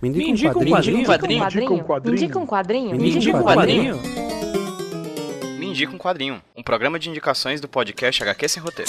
Me indica um quadrinho. Me indica um quadrinho. Um programa de indicações do podcast HQ Sem Roteiro.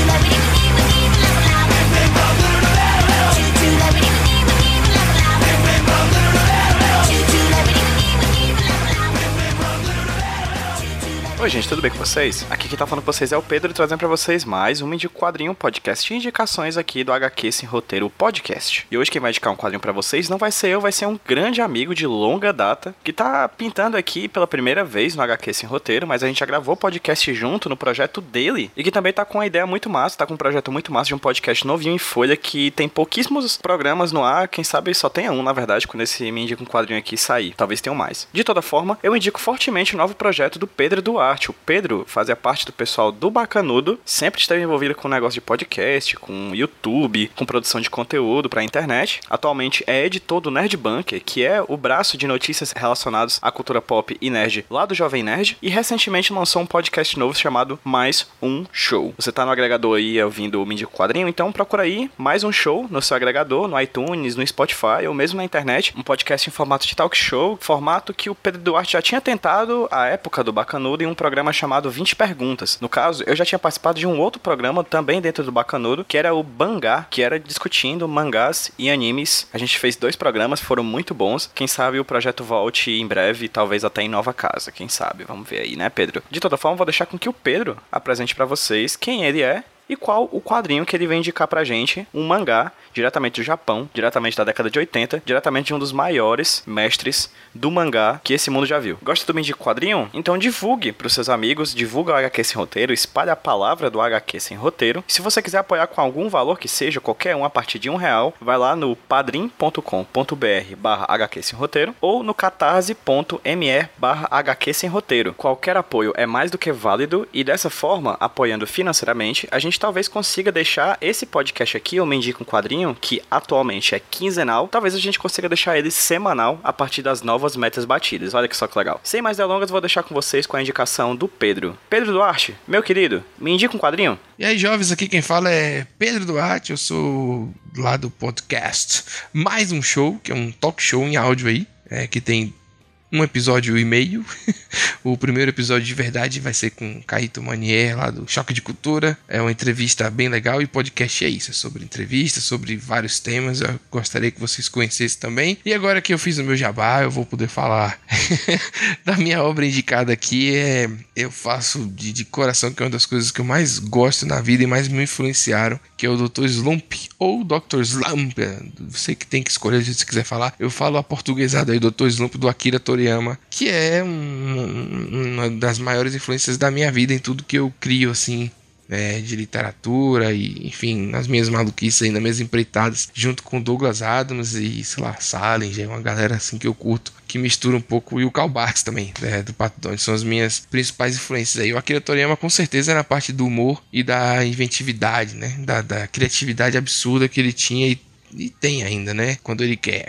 Oi gente, tudo bem com vocês? Aqui quem tá falando com vocês é o Pedro, trazendo pra vocês mais um Indica Quadrinho, podcast de indicações aqui do HQ Sem Roteiro Podcast. E hoje quem vai indicar um quadrinho pra vocês não vai ser eu, vai ser um grande amigo de longa data, que tá pintando aqui pela primeira vez no HQ Sem Roteiro, mas a gente já gravou podcast junto no projeto dele, e que também tá com uma ideia muito massa, tá com um projeto muito massa de um podcast novinho em folha, que tem pouquíssimos programas no ar, quem sabe só tenha um, na verdade, quando esse Me Indica um Quadrinho aqui sair, talvez tenham mais. De toda forma, eu indico fortemente o novo projeto do Pedro Duarte. O Pedro fazia parte do pessoal do Bacanudo, sempre esteve envolvido com negócio de podcast, com YouTube, com produção de conteúdo pra internet. Atualmente é editor do Nerd Bunker, que é o braço de notícias relacionadas à cultura pop e nerd lá do Jovem Nerd, e recentemente lançou um podcast novo chamado Mais Um Show. Você tá no agregador aí ouvindo o Me Indica um Quadrinho, então procura aí Mais Um Show no seu agregador, no iTunes, no Spotify ou mesmo na internet. Um podcast em formato de talk show, formato que o Pedro Duarte já tinha tentado à época do Bacanudo em um programa chamado 20 Perguntas. No caso, eu já tinha participado de um outro programa também dentro do Bacanudo, que era o Bangá, que era discutindo mangás e animes. A gente fez 2 programas, foram muito bons. Quem sabe o projeto volte em breve, talvez até em nova casa, quem sabe? Vamos ver aí, né, Pedro? De toda forma, vou deixar com que o Pedro apresente pra vocês quem ele é e qual o quadrinho que ele vem indicar pra gente, um mangá diretamente do Japão, diretamente da década de 80, diretamente de um dos maiores mestres do mangá que esse mundo já viu. Gosta do Me Indica Quadrinho? Então divulgue pros seus amigos, divulga o HQ Sem Roteiro, espalhe a palavra do HQ Sem Roteiro. E se você quiser apoiar com algum valor que seja, qualquer um, a partir de R$1, vai lá no padrim.com.br/HQ Sem Roteiro ou no catarse.me/HQ Sem Roteiro. Qualquer apoio é mais do que válido e dessa forma, apoiando financeiramente, a gente talvez consiga deixar esse podcast aqui, o Me Indica um Quadrinho, que atualmente é quinzenal, talvez a gente consiga deixar ele semanal a partir das novas metas batidas. Olha que só que legal. Sem mais delongas, vou deixar com vocês com a indicação do Pedro. Pedro Duarte, meu querido, me indica um quadrinho? E aí, jovens, aqui quem fala é Pedro Duarte, eu sou lá do podcast Mais Um Show, que é um talk show em áudio aí, que tem um episódio e meio. O primeiro episódio de verdade vai ser com Caíto Manier, lá do Choque de Cultura. É uma entrevista bem legal e podcast é isso, é sobre entrevistas, sobre vários temas. Eu gostaria que vocês conhecessem também. E agora que eu fiz o meu jabá, eu vou poder falar da minha obra indicada aqui. Eu faço de coração, que é uma das coisas que eu mais gosto na vida e mais me influenciaram, que é o Dr. Slump, ou Dr. Slump, você que tem que escolher se você quiser falar. Eu falo a portuguesada aí, Dr. Slump, do Akira Toriyama, que é uma das maiores influências da minha vida em tudo que eu crio, assim, de literatura e, enfim, nas minhas maluquices aí, nas minhas empreitadas, junto com Douglas Adams e, sei lá, Salinger, uma galera assim que eu curto, que mistura um pouco, e o Karl Barks também, do Pato Donald, são as minhas principais influências aí. O Akira Toriyama com certeza é na parte do humor e da inventividade, né, da criatividade absurda que ele tinha e tem ainda, né? Quando ele quer.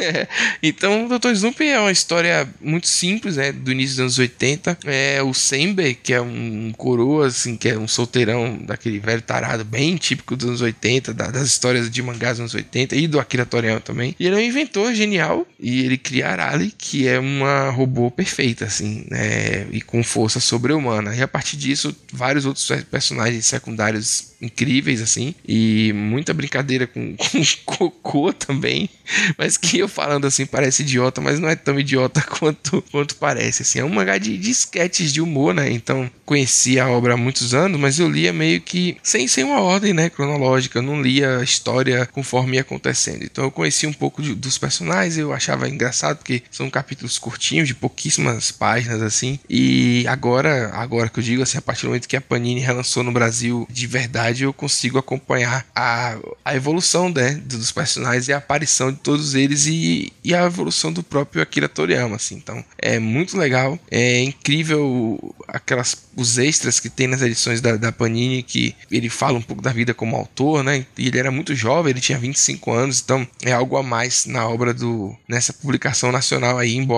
Então, o Dr. Slump é uma história muito simples, né? Do início dos anos 80. É o Senbei, que é um coroa, assim, que é um solteirão daquele velho tarado, bem típico dos anos 80, das histórias de mangás dos anos 80 e do Akira Toriyama também. E ele é um inventor genial, e ele cria Arale, que é uma robô perfeita, assim, né? E com força sobre-humana. E a partir disso, vários outros personagens secundários incríveis, assim, e muita brincadeira com cocô também, mas que eu falando assim parece idiota, mas não é tão idiota quanto parece, assim. É um mangá de sketches de humor, né? Então conheci a obra há muitos anos, mas eu lia meio que sem uma ordem, né, cronológica. Eu não lia a história conforme ia acontecendo. Então eu conheci um pouco dos personagens, eu achava engraçado porque são capítulos curtinhos, de pouquíssimas páginas, assim. E agora que eu digo, assim, a partir do momento que a Panini relançou no Brasil de verdade, eu consigo acompanhar a evolução, né, dos personagens e a aparição de todos eles e a evolução do próprio Akira Toriyama, assim. Então é muito legal, é incrível os extras que tem nas edições da Panini, que ele fala um pouco da vida como autor, né, e ele era muito jovem, ele tinha 25 anos, então é algo a mais na obra nessa publicação nacional aí, embora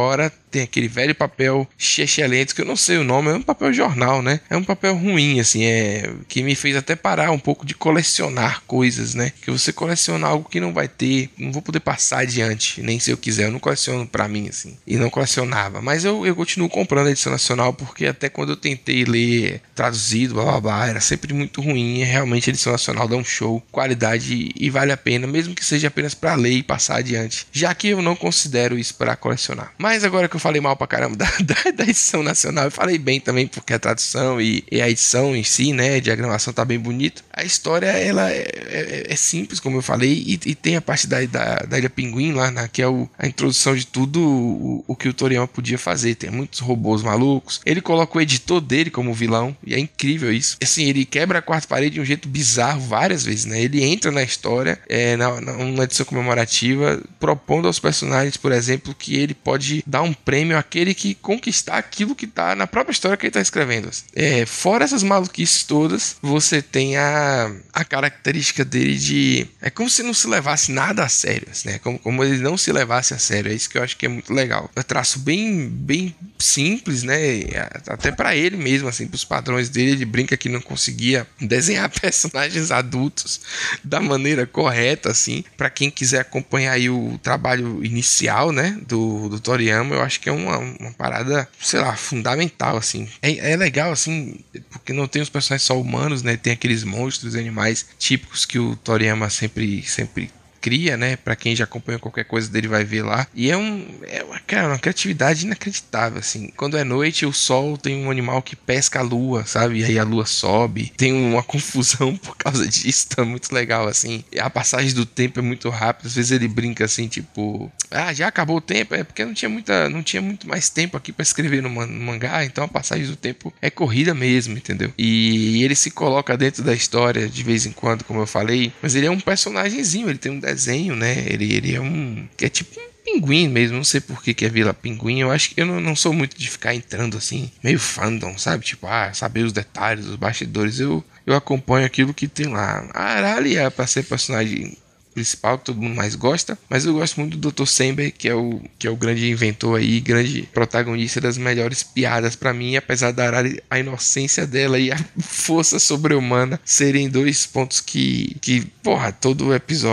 tem aquele velho papel chechelento, que eu não sei o nome, é um papel jornal, né? É um papel ruim, assim, que me fez até parar um pouco de colecionar coisas, né? Que você coleciona algo que não vai ter, não vou poder passar adiante, nem se eu quiser, eu não coleciono pra mim, assim, e não colecionava, mas eu continuo comprando a edição nacional, porque até quando eu tentei ler traduzido, blá blá blá, era sempre muito ruim, realmente a edição nacional dá um show, qualidade, e vale a pena, mesmo que seja apenas pra ler e passar adiante, já que eu não considero isso pra colecionar. Mas agora que eu falei mal pra caramba da edição nacional, eu falei bem também, porque a tradução e a edição em si, né, a diagramação tá bem bonito. A história, ela é simples, como eu falei, e tem a parte da Ilha Pinguim lá, que é a introdução de tudo o que o Toriyama podia fazer. Tem muitos robôs malucos. Ele coloca o editor dele como vilão, e é incrível isso. Assim, ele quebra a quarta parede de um jeito bizarro várias vezes, né? Ele entra na história, numa edição comemorativa, propondo aos personagens, por exemplo, que ele pode dar um prêmio àquele que conquistar aquilo que tá na própria história que ele tá escrevendo. Fora essas maluquices todas, você tem a característica dele de... É como se não se levasse nada a sério, né? Como ele não se levasse a sério. É isso que eu acho que é muito legal. É um traço bem simples, né? Até pra ele mesmo, assim, pros padrões dele. Ele brinca que não conseguia desenhar personagens adultos da maneira correta, assim. Pra quem quiser acompanhar aí o trabalho inicial, né? Do Toriyama, eu acho que é uma parada, sei lá, fundamental, assim. É legal, assim, porque não tem os personagens só humanos, né? Tem aqueles monstros, animais típicos que o Toriyama sempre cria, né? Pra quem já acompanha qualquer coisa dele vai ver lá. E é uma criatividade inacreditável, assim. Quando é noite, o sol tem um animal que pesca a lua, sabe? E aí a lua sobe. Tem uma confusão por causa disso, tá muito legal, assim. E a passagem do tempo é muito rápida. Às vezes ele brinca assim, tipo... já acabou o tempo? É porque não tinha muito mais tempo aqui pra escrever no mangá, então a passagem do tempo é corrida mesmo, entendeu? E ele se coloca dentro da história de vez em quando, como eu falei, mas ele é um personagemzinho, ele tem um desenho, né? Ele é tipo um pinguim mesmo, não sei por que é Vila Pinguim. Eu acho que eu não sou muito de ficar entrando assim, meio fandom, sabe? Tipo, saber os detalhes, os bastidores. Eu acompanho aquilo que tem lá. A Arali é pra ser personagem principal, que todo mundo mais gosta, mas eu gosto muito do Dr. Senbei, que é o grande inventor aí, grande protagonista das melhores piadas pra mim, apesar da Arari, a inocência dela e a força sobre-humana serem dois pontos que porra, todo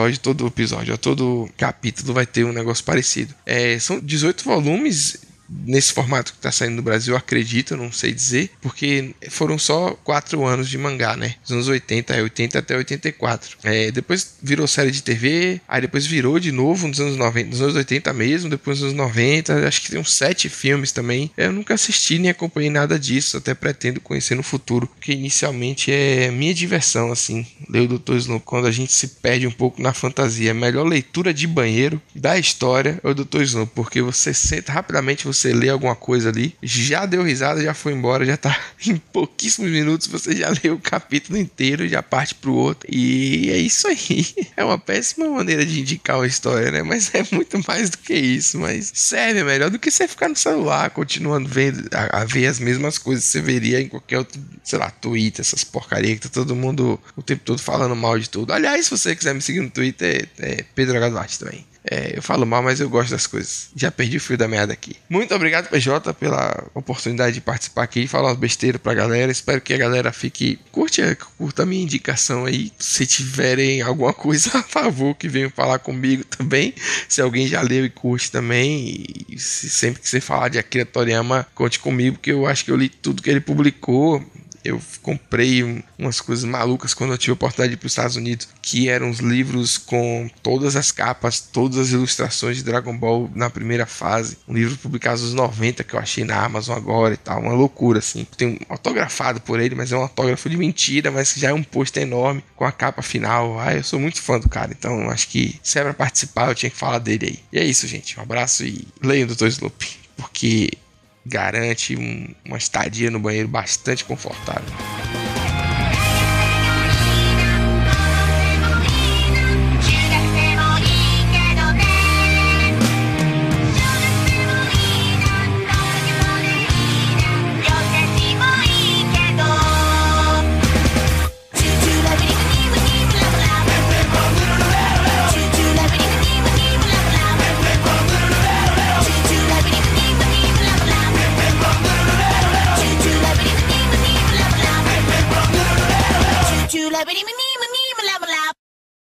capítulo vai ter um negócio parecido. São 18 volumes nesse formato que tá saindo no Brasil, acredito, eu não sei dizer, porque foram só 4 anos de mangá, né? Dos anos 80 até 84. Depois virou série de TV, aí depois virou de novo nos anos 90, nos anos 80 mesmo, depois nos anos 90, acho que tem uns 7 filmes também. Eu nunca assisti nem acompanhei nada disso, até pretendo conhecer no futuro, porque inicialmente é minha diversão, assim, ler o Dr. Slump quando a gente se perde um pouco na fantasia. A melhor leitura de banheiro da história é o Dr. Slump, porque você senta rapidamente, você lê alguma coisa ali, já deu risada, já foi embora, já tá em pouquíssimos minutos, você já leu o capítulo inteiro e já parte pro outro. E é isso aí. É uma péssima maneira de indicar uma história, né? Mas é muito mais do que isso. Mas serve, é melhor do que você ficar no celular, continuando vendo, a ver as mesmas coisas que você veria em qualquer outro, sei lá, Twitter, essas porcarias que tá todo mundo o tempo todo falando mal de tudo. Aliás, se você quiser me seguir no Twitter, é Pedro H. Duarte também. Eu falo mal, mas eu gosto das coisas. Já perdi o fio da meada aqui. Muito obrigado, PJ, pela oportunidade de participar aqui e falar umas besteiras pra galera. Espero que a galera curta a minha indicação aí. Se tiverem alguma coisa a favor, que venham falar comigo também. Se alguém já leu e curte também. E sempre que você falar de Akira Toriyama, conte comigo, porque eu acho que eu li tudo que ele publicou. Eu comprei umas coisas malucas quando eu tive a oportunidade de ir para os Estados Unidos, que eram uns livros com todas as capas, todas as ilustrações de Dragon Ball na primeira fase. Um livro publicado nos 90 que eu achei na Amazon agora e tal. Uma loucura, assim. Tem um autografado por ele, mas é um autógrafo de mentira, mas que já é um pôster enorme com a capa final. Eu sou muito fã do cara, então acho que se é para participar eu tinha que falar dele aí. E é isso, gente. Um abraço e leiam o Dr. Slump, porque garante uma estadia no banheiro bastante confortável.